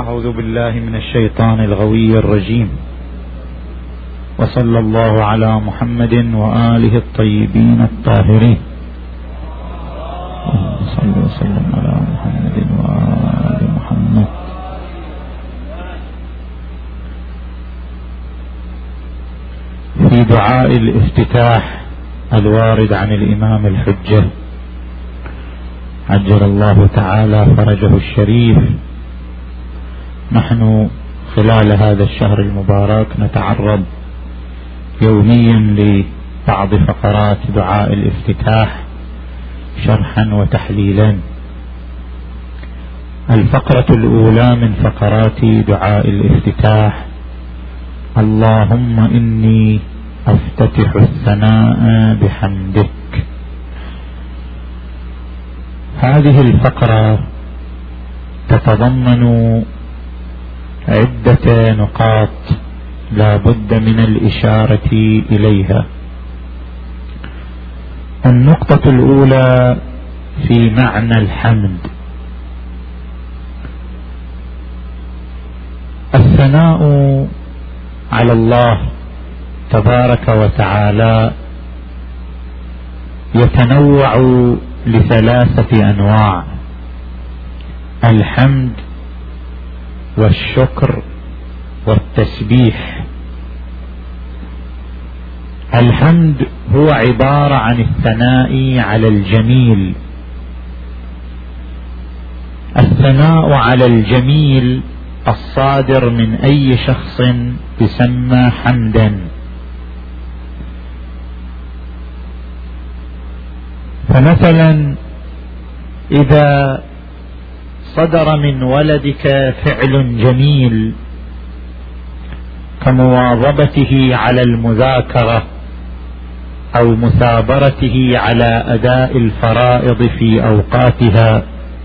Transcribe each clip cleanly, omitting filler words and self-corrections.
أعوذ بالله من الشيطان الغوي الرجيم، وصلى الله على محمد وآله الطيبين الطاهرين. صلى وسلم على محمد وآل محمد. في دعاء الافتتاح الوارد عن الإمام الحجة عجل الله تعالى فرجه الشريف، نحن خلال هذا الشهر المبارك نتعرض يوميا لبعض فقرات دعاء الافتتاح شرحا وتحليلا. الفقرة الأولى من فقرات دعاء الافتتاح: اللهم إني أفتتح الثناء بحمدك. هذه الفقرة تتضمن عدة نقاط لا بد من الإشارة إليها. النقطة الأولى في معنى الحمد. الثناء على الله تبارك وتعالى يتنوع لثلاثة أنواع: الحمد والشكر والتسبيح. الحمد هو عبارة عن الثناء على الجميل. الثناء على الجميل الصادر من أي شخص يسمى حمدا. فمثلا إذا صدر من ولدك فعل جميل كمواظبته على المذاكرة أو مثابرته على أداء الفرائض في أوقاتها،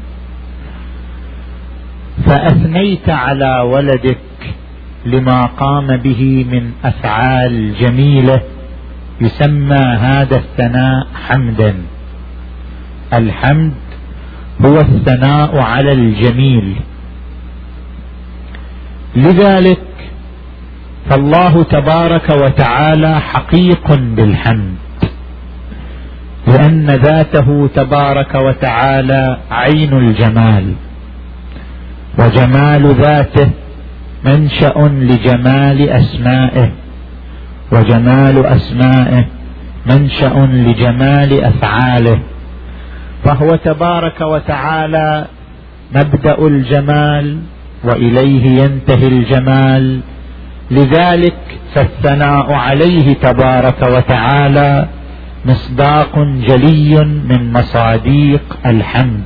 فأثنيت على ولدك لما قام به من أفعال جميلة، يسمى هذا الثناء حمدا. الحمد هو الثناء على الجميل. لذلك فالله تبارك وتعالى حقيق بالحمد، لأن ذاته تبارك وتعالى عين الجمال، وجمال ذاته منشأ لجمال أسمائه، وجمال أسمائه منشأ لجمال أفعاله، فهو تبارك وتعالى مبدأ الجمال وإليه ينتهي الجمال. لذلك فالثناء عليه تبارك وتعالى مصداق جلي من مصاديق الحمد.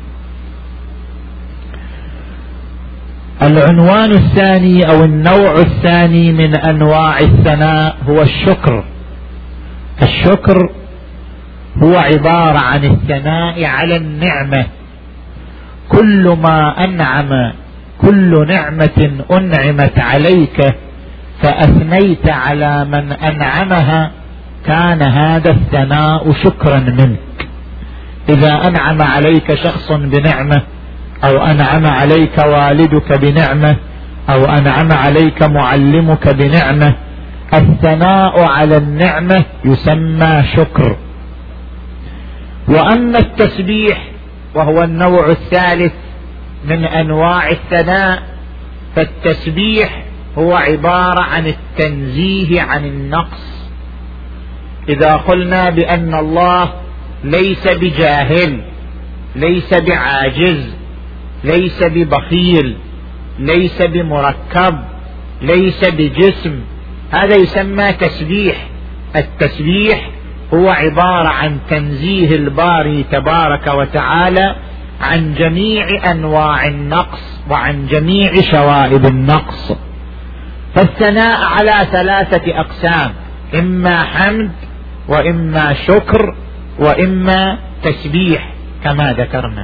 العنوان الثاني أو النوع الثاني من أنواع الثناء هو الشكر. الشكر هو عبارة عن الثناء على النعمة. كل ما أنعم، كل نعمة أنعمت عليك فأثنيت على من أنعمها، كان هذا الثناء شكرا منك. إذا أنعم عليك شخص بنعمة، أو أنعم عليك والدك بنعمة، أو أنعم عليك معلمك بنعمة، الثناء على النعمة يسمى شكر. وأما التسبيح وهو النوع الثالث من أنواع الثناء، فالتسبيح هو عبارة عن التنزيه عن النقص. إذا قلنا بأن الله ليس بجاهل، ليس بعاجز، ليس ببخيل، ليس بمركب، ليس بجسم، هذا يسمى تسبيح. التسبيح هو عبارة عن تنزيه الباري تبارك وتعالى عن جميع أنواع النقص وعن جميع شوائب النقص. فالثناء على ثلاثة أقسام: إما حمد، وإما شكر، وإما تسبيح كما ذكرنا.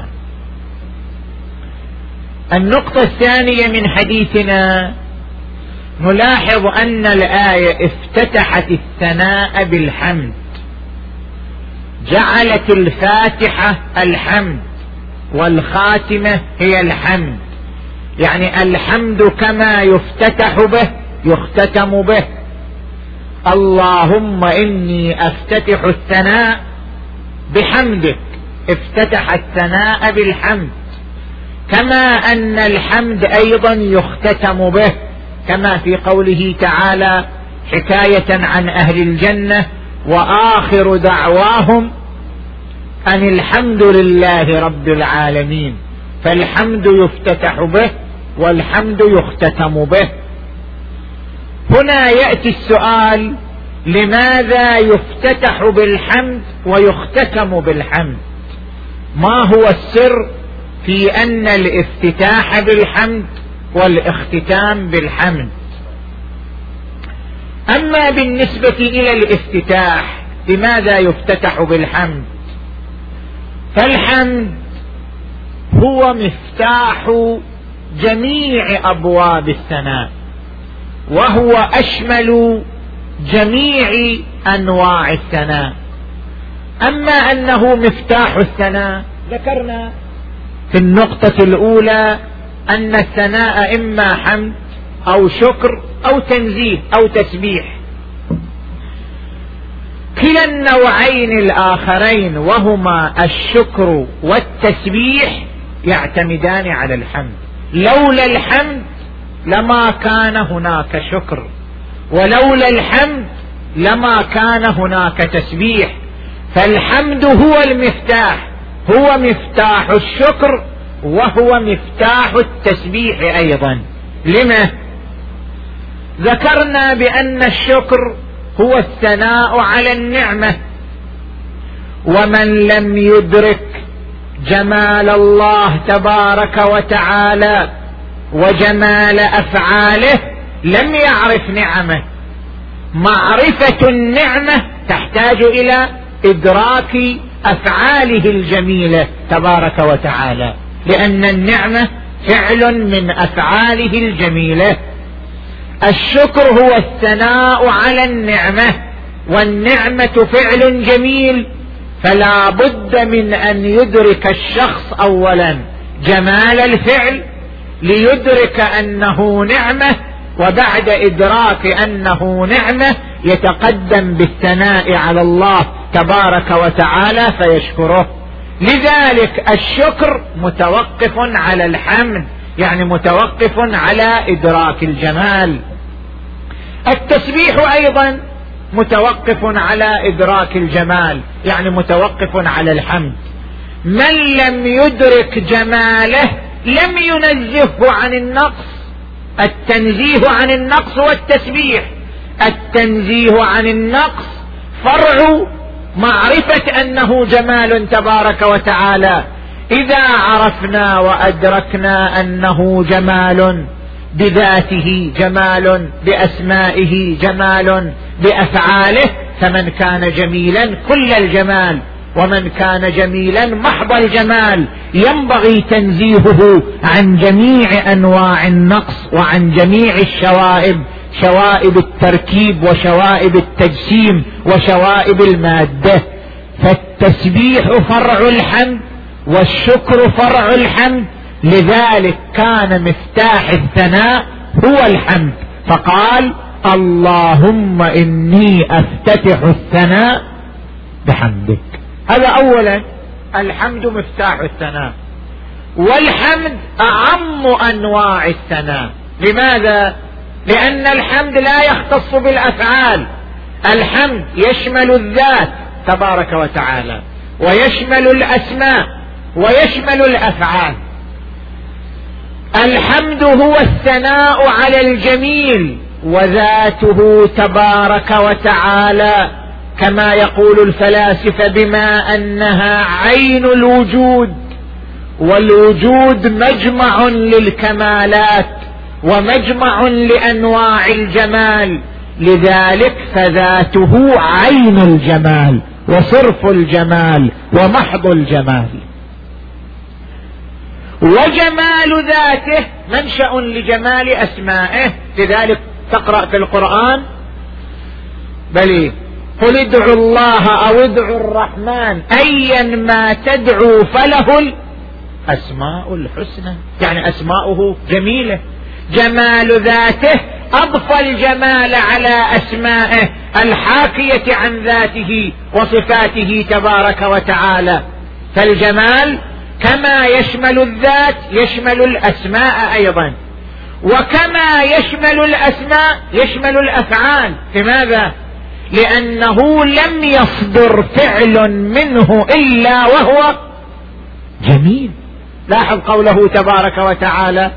النقطة الثانية من حديثنا، نلاحظ أن الآية افتتحت الثناء بالحمد، جعلت الفاتحة الحمد والخاتمة هي الحمد، يعني الحمد كما يفتتح به يختتم به. اللهم إني أفتتح الثناء بحمدك، افتتح الثناء بالحمد، كما أن الحمد أيضا يختتم به، كما في قوله تعالى حكاية عن أهل الجنة: وآخر دعواهم أن الحمد لله رب العالمين. فالحمد يفتتح به والحمد يختتم به. هنا يأتي السؤال: لماذا يفتتح بالحمد ويختتم بالحمد؟ ما هو السر في أن الافتتاح بالحمد والاختتام بالحمد؟ أما بالنسبة إلى الافتتاح، لماذا يفتتح بالحمد؟ فالحمد هو مفتاح جميع أبواب الثناء، وهو أشمل جميع أنواع الثناء. أما أنه مفتاح الثناء، ذكرنا في النقطة الأولى أن الثناء إما حمد أو شكر أو تنزيه أو تسبيح. كلا النوعين الآخرين وهما الشكر والتسبيح يعتمدان على الحمد. لولا الحمد لما كان هناك شكر، ولولا الحمد لما كان هناك تسبيح. فالحمد هو المفتاح، هو مفتاح الشكر وهو مفتاح التسبيح أيضا. لما؟ ذكرنا بأن الشكر هو الثناء على النعمة، ومن لم يدرك جمال الله تبارك وتعالى وجمال أفعاله لم يعرف نعمه. معرفة النعمة تحتاج إلى إدراك أفعاله الجميلة تبارك وتعالى، لأن النعمة فعل من أفعاله الجميلة. الشكر هو الثناء على النعمة، والنعمة فعل جميل، فلا بد من أن يدرك الشخص أولا جمال الفعل ليدرك أنه نعمة، وبعد إدراك أنه نعمة يتقدم بالثناء على الله تبارك وتعالى فيشكره. لذلك الشكر متوقف على الحمد، يعني متوقف على إدراك الجمال. التسبيح أيضا متوقف على إدراك الجمال، يعني متوقف على الحمد. من لم يدرك جماله لم ينزهه عن النقص. التنزيه عن النقص والتسبيح. التنزيه عن النقص فرع معرفة أنه جمال تبارك وتعالى. إذا عرفنا وأدركنا أنه جمال بذاته، جمال بأسمائه، جمال بأفعاله، فمن كان جميلا كل الجمال، ومن كان جميلا محض الجمال، ينبغي تنزيهه عن جميع أنواع النقص وعن جميع الشوائب، شوائب التركيب وشوائب التجسيم وشوائب المادة. فالتسبيح فرع الحمد والشكر فرع الحمد، لذلك كان مفتاح الثناء هو الحمد، فقال: اللهم إني أفتتح الثناء بحمدك. هذا أولا، الحمد مفتاح الثناء، والحمد أعم أنواع الثناء. لماذا؟ لأن الحمد لا يختص بالأفعال. الحمد يشمل الذات تبارك وتعالى، ويشمل الأسماء، ويشمل الأفعال. الحمد هو الثناء على الجميل، وذاته تبارك وتعالى كما يقول الفلاسفة بما أنها عين الوجود، والوجود مجمع للكمالات ومجمع لأنواع الجمال، لذلك فذاته عين الجمال وصرف الجمال ومحض الجمال. وجمال ذاته منشأ لجمال أسمائه، لذلك تقرأ في القرآن: بل قل ادعوا الله أو ادعوا الرحمن أيا ما تدعوا فله أسماء الحسنى، يعني أسماؤه جميلة، جمال ذاته أضفى الجمال على أسمائه الحاكية عن ذاته وصفاته تبارك وتعالى. فالجمال كما يشمل الذات يشمل الأسماء أيضا، وكما يشمل الأسماء يشمل الأفعال. لماذا؟ لأنه لم يصدر فعل منه إلا وهو جميل. لاحظ قوله تبارك وتعالى: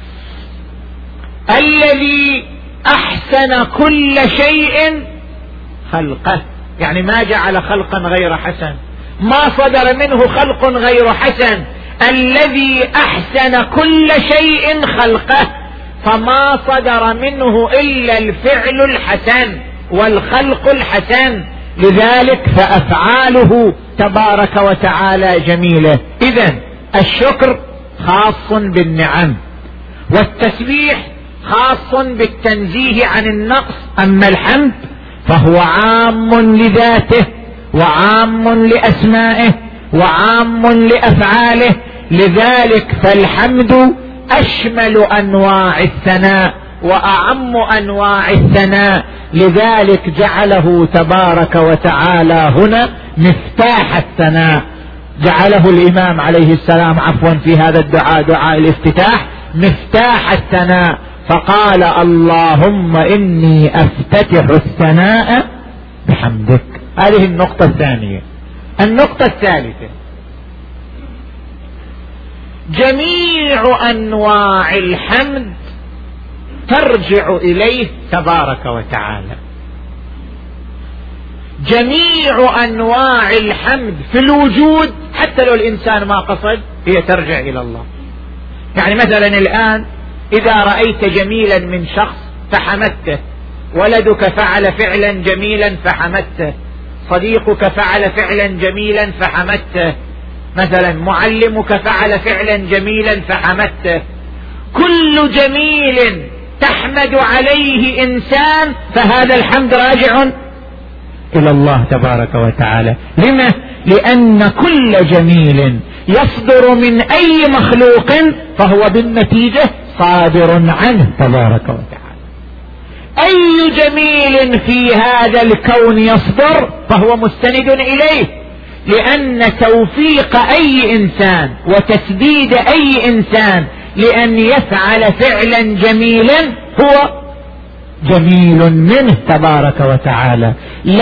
الذي أحسن كل شيء خلقه، يعني ما جعل خلقا غير حسن، ما صدر منه خلق غير حسن. الذي أحسن كل شيء خلقه، فما صدر منه إلا الفعل الحسن والخلق الحسن، لذلك فأفعاله تبارك وتعالى جميلة. إذن الشكر خاص بالنعم، والتسبيح خاص بالتنزيه عن النقص. أما الحمد فهو عام لذاته وعام لأسمائه وعام لأفعاله، لذلك فالحمد أشمل أنواع الثناء وأعم أنواع الثناء، لذلك جعله تبارك وتعالى هنا مفتاح الثناء. جعله الإمام عليه السلام عفوا في هذا الدعاء، دعاء الافتتاح، مفتاح الثناء، فقال: اللهم إني أفتتح الثناء بحمدك. هذه النقطة الثانية. النقطة الثالثة: جميع أنواع الحمد ترجع إليه تبارك وتعالى. جميع أنواع الحمد في الوجود حتى لو الإنسان ما قصد هي ترجع إلى الله. يعني مثلا الآن إذا رأيت جميلا من شخص فحمدته، ولدك فعل فعلا جميلا فحمدته، صديقك فعل فعلا جميلا فحمدته، مثلا معلمك فعل فعلا جميلا فحمدته. كل جميل تحمد عليه إنسان فهذا الحمد راجع إلى الله تبارك وتعالى. لما؟ لأن كل جميل يصدر من أي مخلوق فهو بالنتيجة صادر عنه تبارك وتعالى. أي جميل في هذا الكون يصدر فهو مستند إليه، لأن توفيق أي إنسان وتسديد أي إنسان لأن يفعل فعلا جميلا هو جميل منه تبارك وتعالى.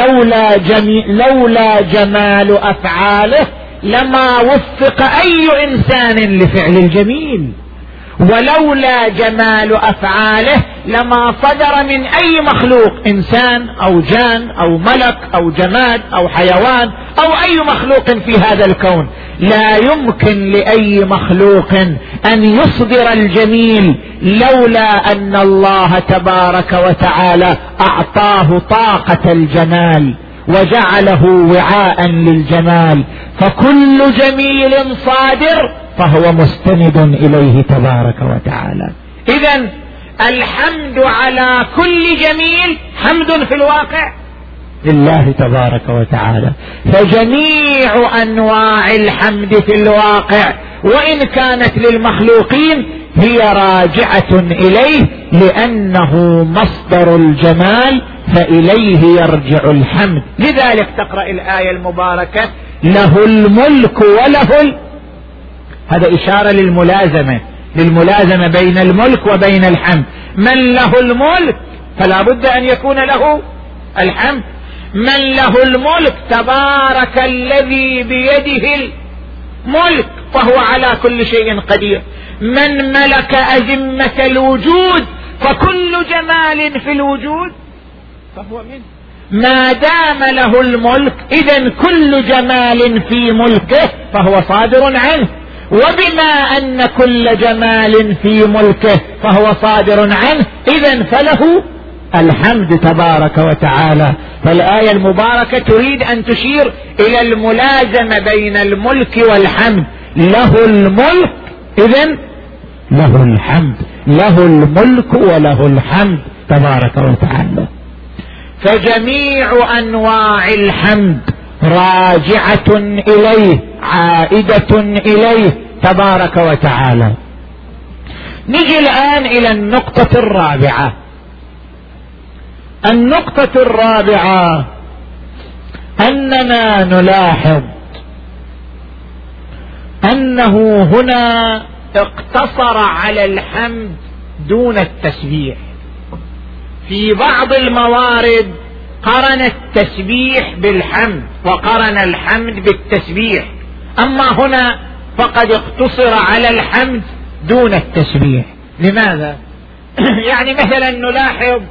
لولا جمال أفعاله لما وفق أي إنسان لفعل الجميل، ولولا جمال أفعاله لما صدر من أي مخلوق، إنسان أو جان أو ملك أو جماد أو حيوان أو أي مخلوق في هذا الكون، لا يمكن لأي مخلوق أن يصدر الجميل لولا أن الله تبارك وتعالى أعطاه طاقة الجمال وجعله وعاء للجمال. فكل جميل صادر فهو مستند إليه تبارك وتعالى. إذن الحمد على كل جميل حمد في الواقع لله تبارك وتعالى. فجميع أنواع الحمد في الواقع وإن كانت للمخلوقين هي راجعة إليه، لأنه مصدر الجمال فإليه يرجع الحمد. لذلك تقرأ الآية المباركة: له الملك وله هذا إشارة للملازمة بين الملك وبين الحمد. من له الملك فلا بد أن يكون له الحمد. من له الملك تبارك الذي بيده الملك وهو على كل شيء قدير. من ملك أزمة الوجود فكل جمال في الوجود فهو منه. ما دام له الملك إذن كل جمال في ملكه فهو صادر عنه، وبما أن كل جمال في ملكه فهو صادر عنه إذن فله الحمد تبارك وتعالى. فالآية المباركة تريد أن تشير إلى الملازمة بين الملك والحمد. له الملك إذن له الحمد، له الملك وله الحمد تبارك وتعالى. فجميع أنواع الحمد راجعة إليه عائدة إليه تبارك وتعالى. نجي الآن إلى النقطة الرابعة. النقطة الرابعة أننا نلاحظ أنه هنا اقتصر على الحمد دون التسبيح. في بعض الموارد قرن التسبيح بالحمد وقرن الحمد بالتسبيح، أما هنا فقد اقتصر على الحمد دون التسبيح. لماذا؟ يعني مثلا نلاحظ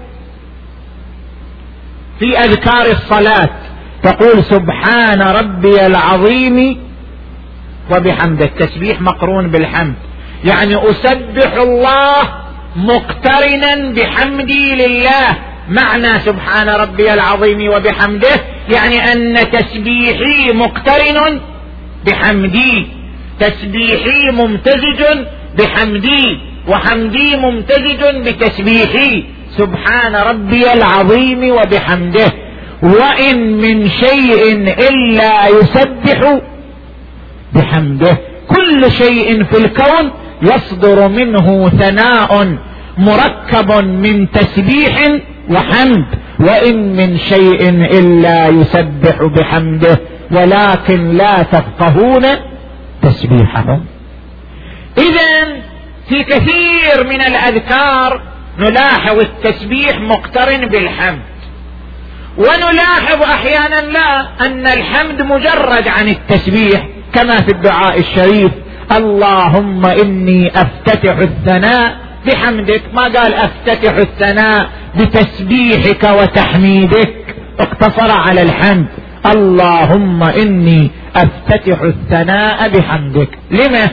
في أذكار الصلاة تقول سبحان ربي العظيم وبحمده، التسبيح مقرون بالحمد، يعني أسبح الله مقترنا بحمدي لله. معنى سبحان ربي العظيم وبحمده يعني أن تسبيحي مقترن بحمدي، تسبيحي ممتزج بحمدي، وحمدي ممتزج بتسبيحي. سبحان ربي العظيم وبحمده. وإن من شيء إلا يسبح بحمده. كل شيء في الكون يصدر منه ثناء مركب من تسبيح وحمد، وإن من شيء إلا يسبح بحمده ولكن لا تفقهون تسبيحهم. إذن في كثير من الأذكار نلاحظ التسبيح مقترن بالحمد، ونلاحظ أحيانا لا، أن الحمد مجرد عن التسبيح، كما في الدعاء الشريف اللهم إني أفتتح الثناء بحمدك، ما قال أفتتح الثناء بتسبيحك وتحميدك، اقتصر على الحمد. اللهم إني أفتتح الثناء بحمدك. لما؟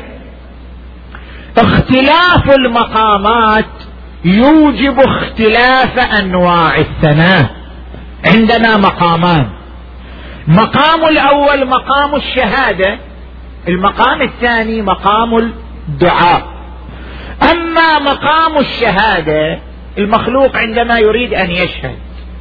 اختلاف المقامات يوجب اختلاف أنواع الثناء. عندنا مقامان، مقام الأول مقام الشهادة، المقام الثاني مقام الدعاء. أما مقام الشهادة المخلوق عندما يريد أن يشهد،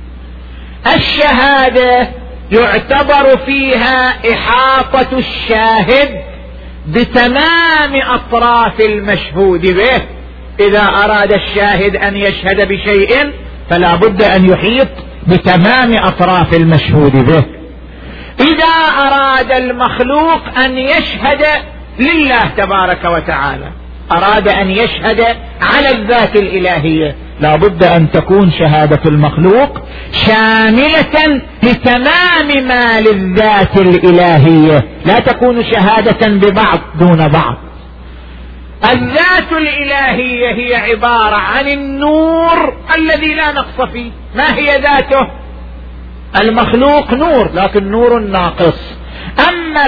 الشهادة يعتبر فيها إحاطة الشاهد بتمام أطراف المشهود به. إذا أراد الشاهد أن يشهد بشيء فلا بد أن يحيط بتمام أطراف المشهود به. إذا أراد المخلوق أن يشهد لله تبارك وتعالى، أراد أن يشهد على الذات الإلهية، لا بد أن تكون شهادة المخلوق شاملة لتمام ما للذات الإلهية، لا تكون شهادة ببعض دون بعض. الذات الإلهية هي عبارة عن النور الذي لا نقص فيه. ما هي ذاته؟ المخلوق نور لكن نور ناقص. أما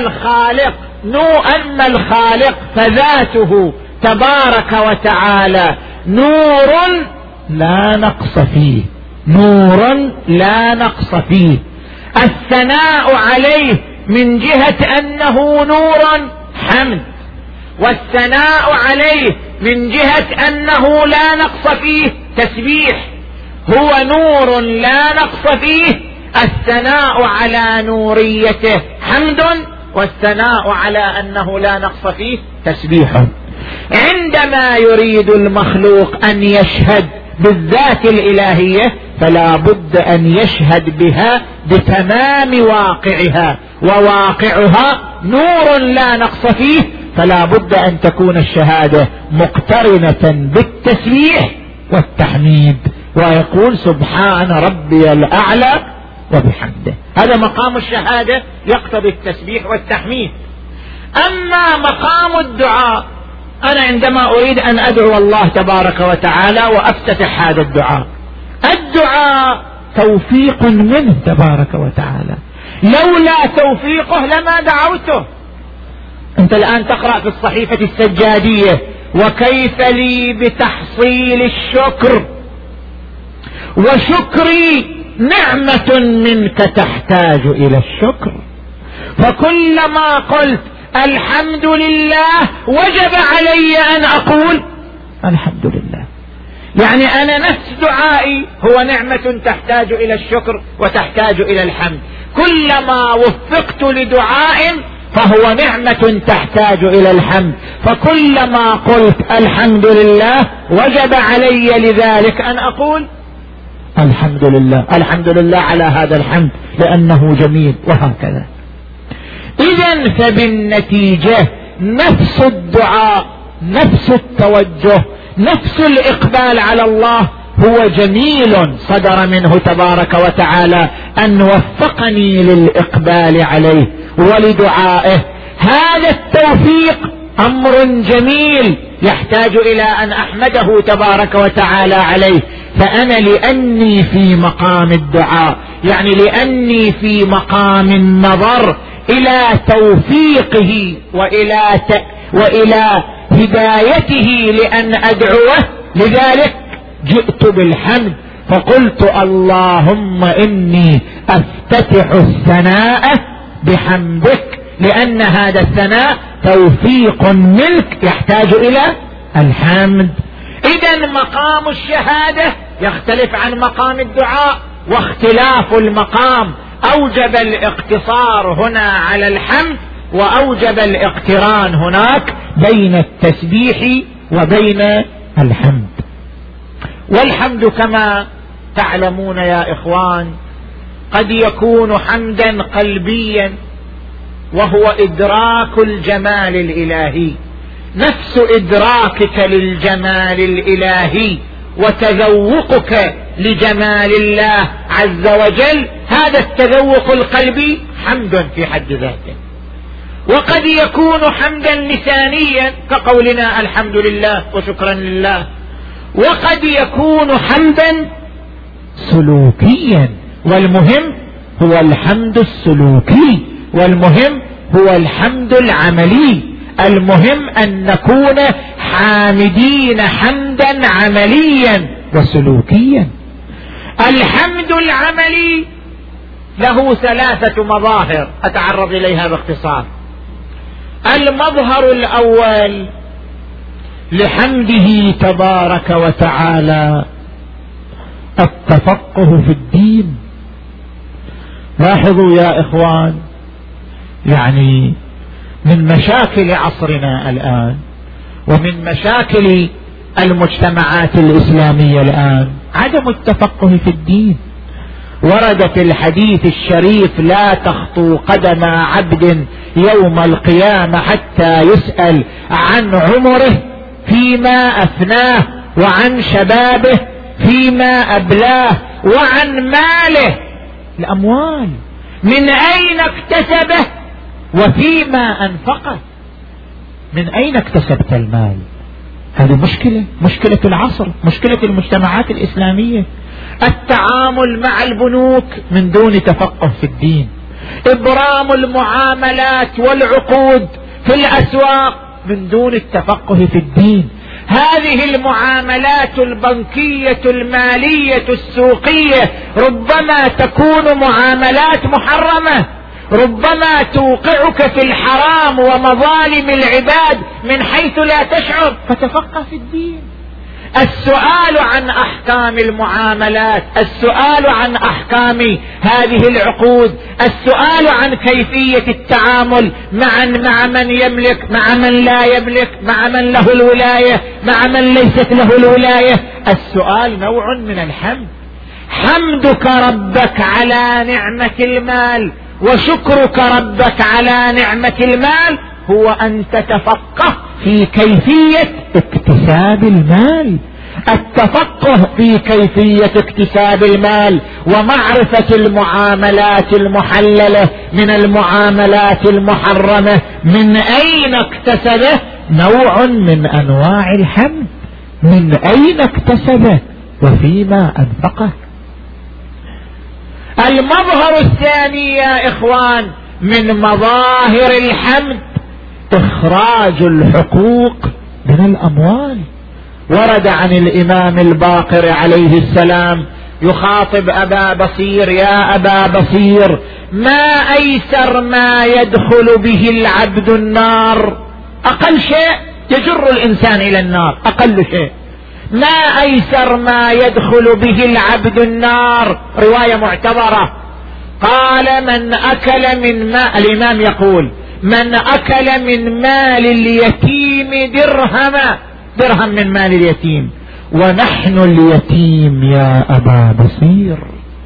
الخالق فذاته تبارك وتعالى نور لا نقص فيه، نور لا نقص فيه. الثناء عليه من جهة أنه نور حمد، والثناء عليه من جهة أنه لا نقص فيه تسبيح. هو نور لا نقص فيه، الثناء على نوريته حمد، والثناء على أنه لا نقص فيه تسبيح. عندما يريد المخلوق أن يشهد بالذات الإلهية فلا بد أن يشهد بها بتمام واقعها، وواقعها نور لا نقص فيه، فلا بد أن تكون الشهادة مقترنة بالتسبيح والتحميد، ويقول سبحان ربي الأعلى وبحمده. هذا مقام الشهادة يقتضي التسبيح والتحميد. أما مقام الدعاء، أنا عندما أريد أن أدعو الله تبارك وتعالى وأفتتح هذا الدعاء توفيق منه تبارك وتعالى، لولا توفيقه لما دعوته. أنت الآن تقرأ في الصحيفة السجادية وكيف لي بتحصيل الشكر، وشكري نعمة منك تحتاج إلى الشكر، فكلما قلت الحمد لله وجب علي أن أقول الحمد لله. يعني أنا نفس دعائي هو نعمة تحتاج إلى الشكر وتحتاج إلى الحمد. كلما وفقت لدعاء فهو نعمة تحتاج إلى الحمد. فكلما قلت الحمد لله وجب علي لذلك أن أقول الحمد لله، الحمد لله على هذا الحمد لأنه جميل، وهكذا. إذن فبالنتيجة نفس الدعاء، نفس التوجه، نفس الإقبال على الله هو جميل صدر منه تبارك وتعالى أن وفقني للإقبال عليه ولدعائه. هذا التوفيق أمر جميل يحتاج إلى أن أحمده تبارك وتعالى عليه. فأنا لأني في مقام الدعاء، يعني لأني في مقام النظر إلى توفيقه وإلى هدايته لأن أدعوه، لذلك جئت بالحمد فقلت اللهم إني أفتتح الثناء بحمدك، لأن هذا الثناء توفيق منك يحتاج إلى الحمد. إذن مقام الشهادة يختلف عن مقام الدعاء، واختلاف المقام أوجب الاقتصار هنا على الحمد، وأوجب الاقتران هناك بين التسبيح وبين الحمد. والحمد كما تعلمون يا إخوان قد يكون حمدا قلبيا، وهو إدراك الجمال الإلهي، نفس إدراكك للجمال الإلهي وتذوقك لجمال الله عز وجل، هذا التذوق القلبي حمد في حد ذاته. وقد يكون حمدا لسانيا كقولنا الحمد لله وشكرا لله، وقد يكون حمدا سلوكيا، والمهم هو الحمد السلوكي، والمهم هو الحمد العملي. المهم أن نكون حامدين حمدا عمليا وسلوكيا. الحمد العملي له 3 مظاهر أتعرض إليها باختصار. المظهر الأول لحمده تبارك وتعالى التفقه في الدين. لاحظوا يا إخوان، يعني من مشاكل عصرنا الآن ومن مشاكل المجتمعات الإسلامية الآن عدم التفقه في الدين. ورد في الحديث الشريف لا تخطو قدم عبد يوم القيامة حتى يسأل عن عمره فيما أفناه، وعن شبابه فيما أبلاه، وعن ماله، الأموال من أين اكتسبه وفيما أنفقه. من أين اكتسبت المال؟ هذه مشكلة العصر، مشكلة المجتمعات الإسلامية. التعامل مع البنوك من دون تفقه في الدين، إبرام المعاملات والعقود في الأسواق من دون التفقه في الدين. هذه المعاملات البنكية المالية السوقية ربما تكون معاملات محرمة، ربما توقعك في الحرام ومظالم العباد من حيث لا تشعر، فتفقه في الدين. السؤال عن أحكام المعاملات، السؤال عن أحكام هذه العقود، السؤال عن كيفية التعامل مع من يملك، مع من لا يملك، مع من له الولاية، مع من ليست له الولاية. السؤال نوع من الحمد. حمدك ربك على نعمة المال وشكرك ربك على نعمة المال هو أن تتفقه في كيفية اكتساب المال. التفقه في كيفية اكتساب المال ومعرفة المعاملات المحللة من المعاملات المحرمة من أين اكتسبه نوع من أنواع الحمد. من أين اكتسبه وفيما أنفقه. المظهر الثاني يا إخوان من مظاهر الحمد إخراج الحقوق من الأموال. ورد عن الإمام الباقر عليه السلام يخاطب أبا بصير: يا أبا بصير، ما أيسر ما يدخل به العبد النار. أقل شيء يجر الإنسان إلى النار، أقل شيء. ما أيسر ما يدخل به العبد النار، رواية معتبرة. قال: من أكل من ماء، الإمام يقول: من أكل من مال اليتيم درهم من مال اليتيم ونحن اليتيم يا أبا بصير.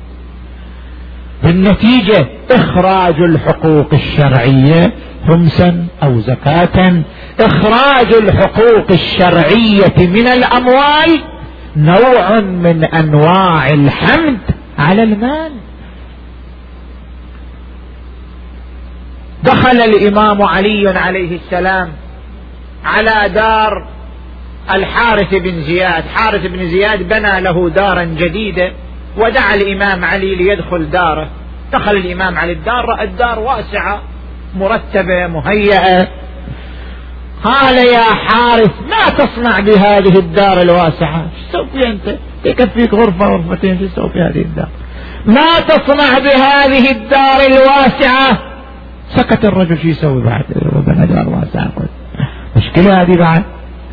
بالنتيجة إخراج الحقوق الشرعية خمسا أو زكاة، إخراج الحقوق الشرعية من الأموال نوع من أنواع الحمد على المال. دخل الإمام علي عليه السلام على دار الحارث بن زياد. حارث بن زياد بنى له دارا جديدة ودعا الإمام علي ليدخل داره. دخل الإمام على الدار، رأى الدار واسعة مرتبة مهيئة. قال يا حارث ما تصنع بهذه الدار الواسعة؟ شو تسوي أنت؟ يكفيك غرفة غرفتين، شو تسوي في هذه الدار؟ ما تصنع بهذه الدار الواسعة؟ سكت الرجل. شو يسوي بعد؟ ربنا دار واسعة، مشكلة هذه بعد.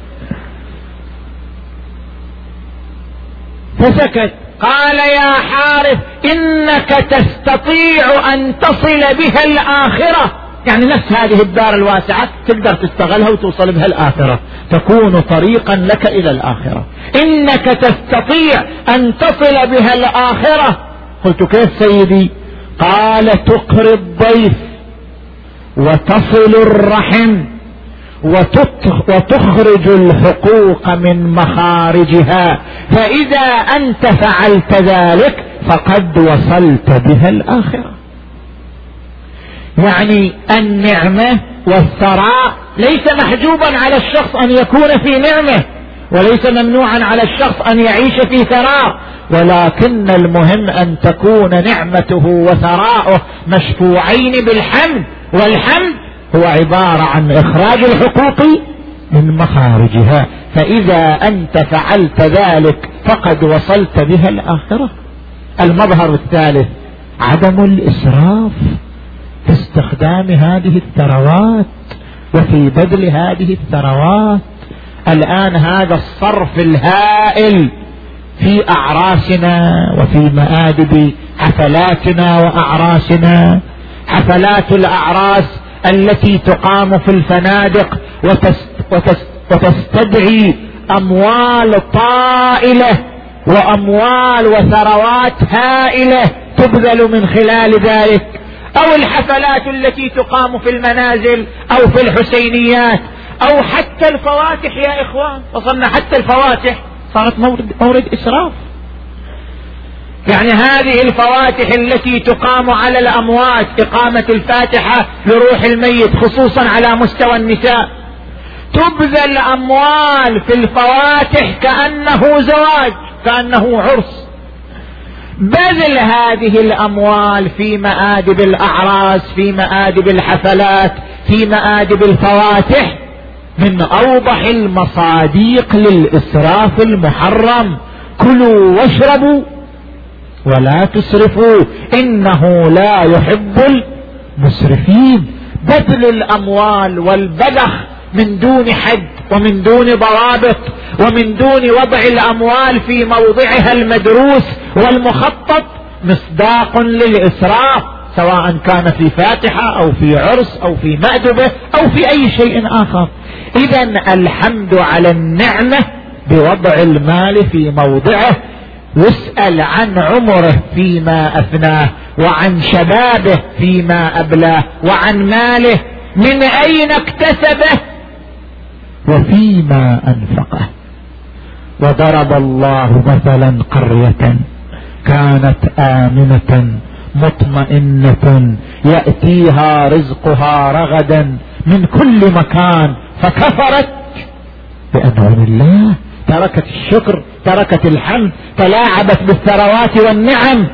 فسكت. قال يا حارث إنك تستطيع أن تصل بها الآخرة، يعني نفس هذه الدار الواسعة تقدر تستغلها وتوصل بها الآخرة، تكون طريقا لك إلى الآخرة. إنك تستطيع أن تصل بها الآخرة. قلت كيف سيدي؟ قال تقري الضيف وتصل الرحم وتخرج الحقوق من مخارجها، فإذا أنت فعلت ذلك فقد وصلت بها الآخرة. يعني النعمة والثراء ليس محجوبا على الشخص أن يكون في نعمة، وليس ممنوعا على الشخص أن يعيش في ثراء، ولكن المهم أن تكون نعمته وثراؤه مشفوعين بالحمد. والحمد هو عبارة عن إخراج الحقوق من مخارجها، فإذا أنت فعلت ذلك فقد وصلت بها الآخرة. المظهر الثالث عدم الإسراف في استخدام هذه الثروات وفي بذل هذه الثروات. الآن هذا الصرف الهائل في أعراسنا وفي مآدب حفلاتنا وأعراسنا، حفلات الأعراس التي تقام في الفنادق وتستدعي أموال طائلة وأموال وثروات هائلة تبذل من خلال ذلك، أو الحفلات التي تقام في المنازل أو في الحسينيات، أو حتى الفواتح يا إخوان. وصلنا حتى الفواتح صارت مورد إسراف. يعني هذه الفواتح التي تقام على الأموات، إقامة الفاتحة لروح الميت خصوصا على مستوى النساء، تبذل أموال في الفواتح كأنه زواج، كأنه عرس. بذل هذه الأموال في مآدب الأعراس، في مآدب الحفلات، في مآدب الفواتح من أوضح المصاديق للإسراف المحرم. كلوا واشربوا ولا تسرفوا إنه لا يحب المسرفين. بذل الأموال والبذخ من دون حد ومن دون ضوابط ومن دون وضع الأموال في موضعها المدروس والمخطط مصداق للإسراف، سواء كان في فاتحة أو في عرس أو في مأدبة أو في أي شيء آخر. إذن الحمد على النعمة بوضع المال في موضعه. يسأل عن عمره فيما أفناه، وعن شبابه فيما أبلاه، وعن ماله من أين اكتسبه وفيما أنفقه. وضرب الله مثلا قرية كانت آمنة مطمئنة يأتيها رزقها رغدا من كل مكان فكفرت بأنعم الله، تركت الشكر، تركت الحمد، تلاعبت بالثروات والنعم،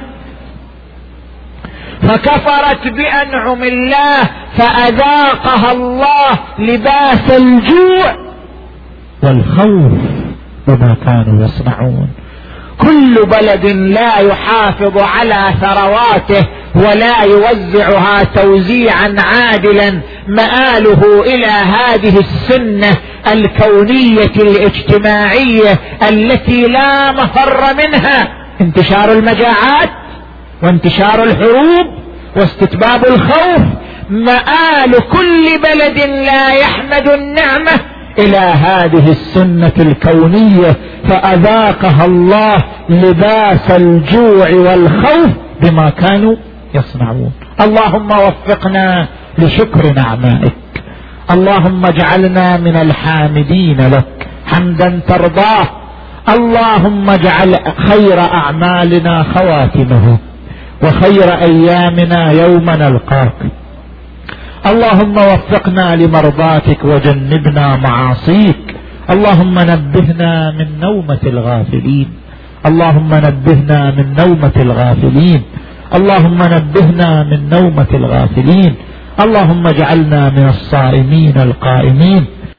فكفرت بأنعم الله فأذاقها الله لباس الجوع والخوف بما كانوا يصنعون. كل بلد لا يحافظ على ثرواته ولا يوزعها توزيعا عادلا مآله إلى هذه السنة الكونية الاجتماعية التي لا مفر منها: انتشار المجاعات وانتشار الحروب واستتباب الخوف. مآل كل بلد لا يحمد النعمة إلى هذه السنة الكونية، فأذاقها الله لباس الجوع والخوف بما كانوا يصنعون. اللهم وفقنا لشكر نعمائك، اللهم اجعلنا من الحامدين لك حمدا ترضاه، اللهم اجعل خير أعمالنا خواتمه وخير أيامنا يوم نلقاك. اللهم وفقنا لمرضاتك وجنبنا معاصيك. اللهم نبهنا من نومة الغافلين، اللهم نبهنا من نومة الغافلين، اللهم نبهنا من نومة الغافلين. اللهم اجعلنا من الصائمين القائمين.